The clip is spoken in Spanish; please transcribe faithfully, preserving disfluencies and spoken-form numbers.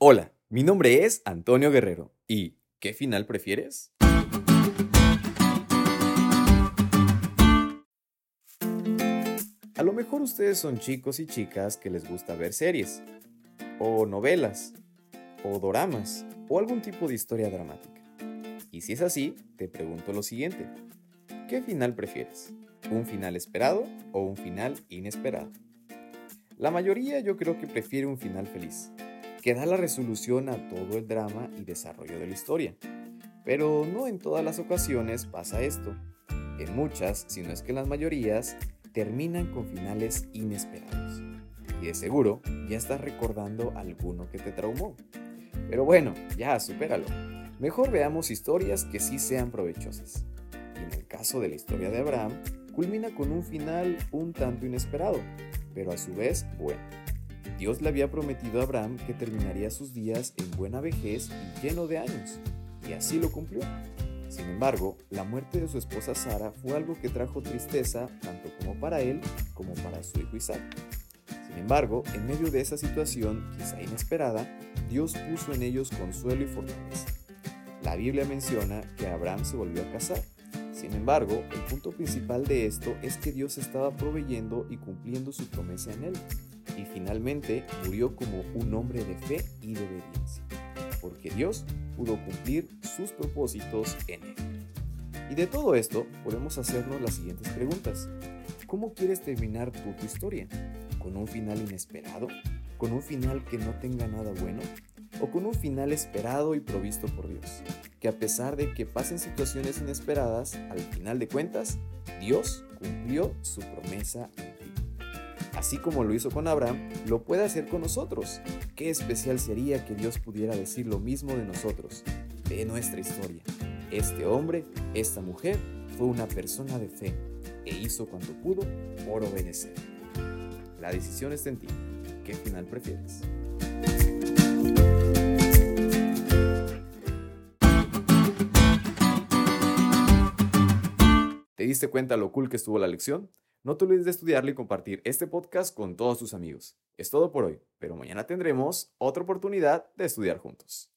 Hola, mi nombre es Antonio Guerrero. ¿Y qué final prefieres? A lo mejor ustedes son chicos y chicas que les gusta ver series, o novelas, o doramas, o algún tipo de historia dramática. Y si es así, te pregunto lo siguiente. ¿Qué final prefieres? ¿Un final esperado o un final inesperado? La mayoría yo creo que prefiere un final feliz, que da la resolución a todo el drama y desarrollo de la historia. Pero no en todas las ocasiones pasa esto. En muchas, si no es que en las mayorías, terminan con finales inesperados. Y de seguro ya estás recordando alguno que te traumó. Pero bueno, ya supéralo. Mejor veamos historias que sí sean provechosas. Y en el caso de la historia de Abraham, culmina con un final un tanto inesperado, pero a su vez bueno. Dios le había prometido a Abraham que terminaría sus días en buena vejez y lleno de años, y así lo cumplió. Sin embargo, la muerte de su esposa Sara fue algo que trajo tristeza tanto como para él como para su hijo Isaac. Sin embargo, en medio de esa situación, quizá inesperada, Dios puso en ellos consuelo y fortaleza. La Biblia menciona que Abraham se volvió a casar. Sin embargo, el punto principal de esto es que Dios estaba proveyendo y cumpliendo su promesa en él, y finalmente murió como un hombre de fe y de obediencia, porque Dios pudo cumplir sus propósitos en él. Y de todo esto podemos hacernos las siguientes preguntas. ¿Cómo quieres terminar tú tu historia? ¿Con un final inesperado? ¿Con un final que no tenga nada bueno? ¿O con un final esperado y provisto por Dios? Que a pesar de que pasen situaciones inesperadas, al final de cuentas, Dios cumplió su promesa en ti. Así como lo hizo con Abraham, lo puede hacer con nosotros. Qué especial sería que Dios pudiera decir lo mismo de nosotros, de nuestra historia. Este hombre, esta mujer, fue una persona de fe e hizo cuanto pudo por obedecer. La decisión está en ti. ¿Qué final prefieres? ¿Te diste cuenta lo cool que estuvo la lección? No te olvides de estudiarlo y compartir este podcast con todos tus amigos. Es todo por hoy, pero mañana tendremos otra oportunidad de estudiar juntos.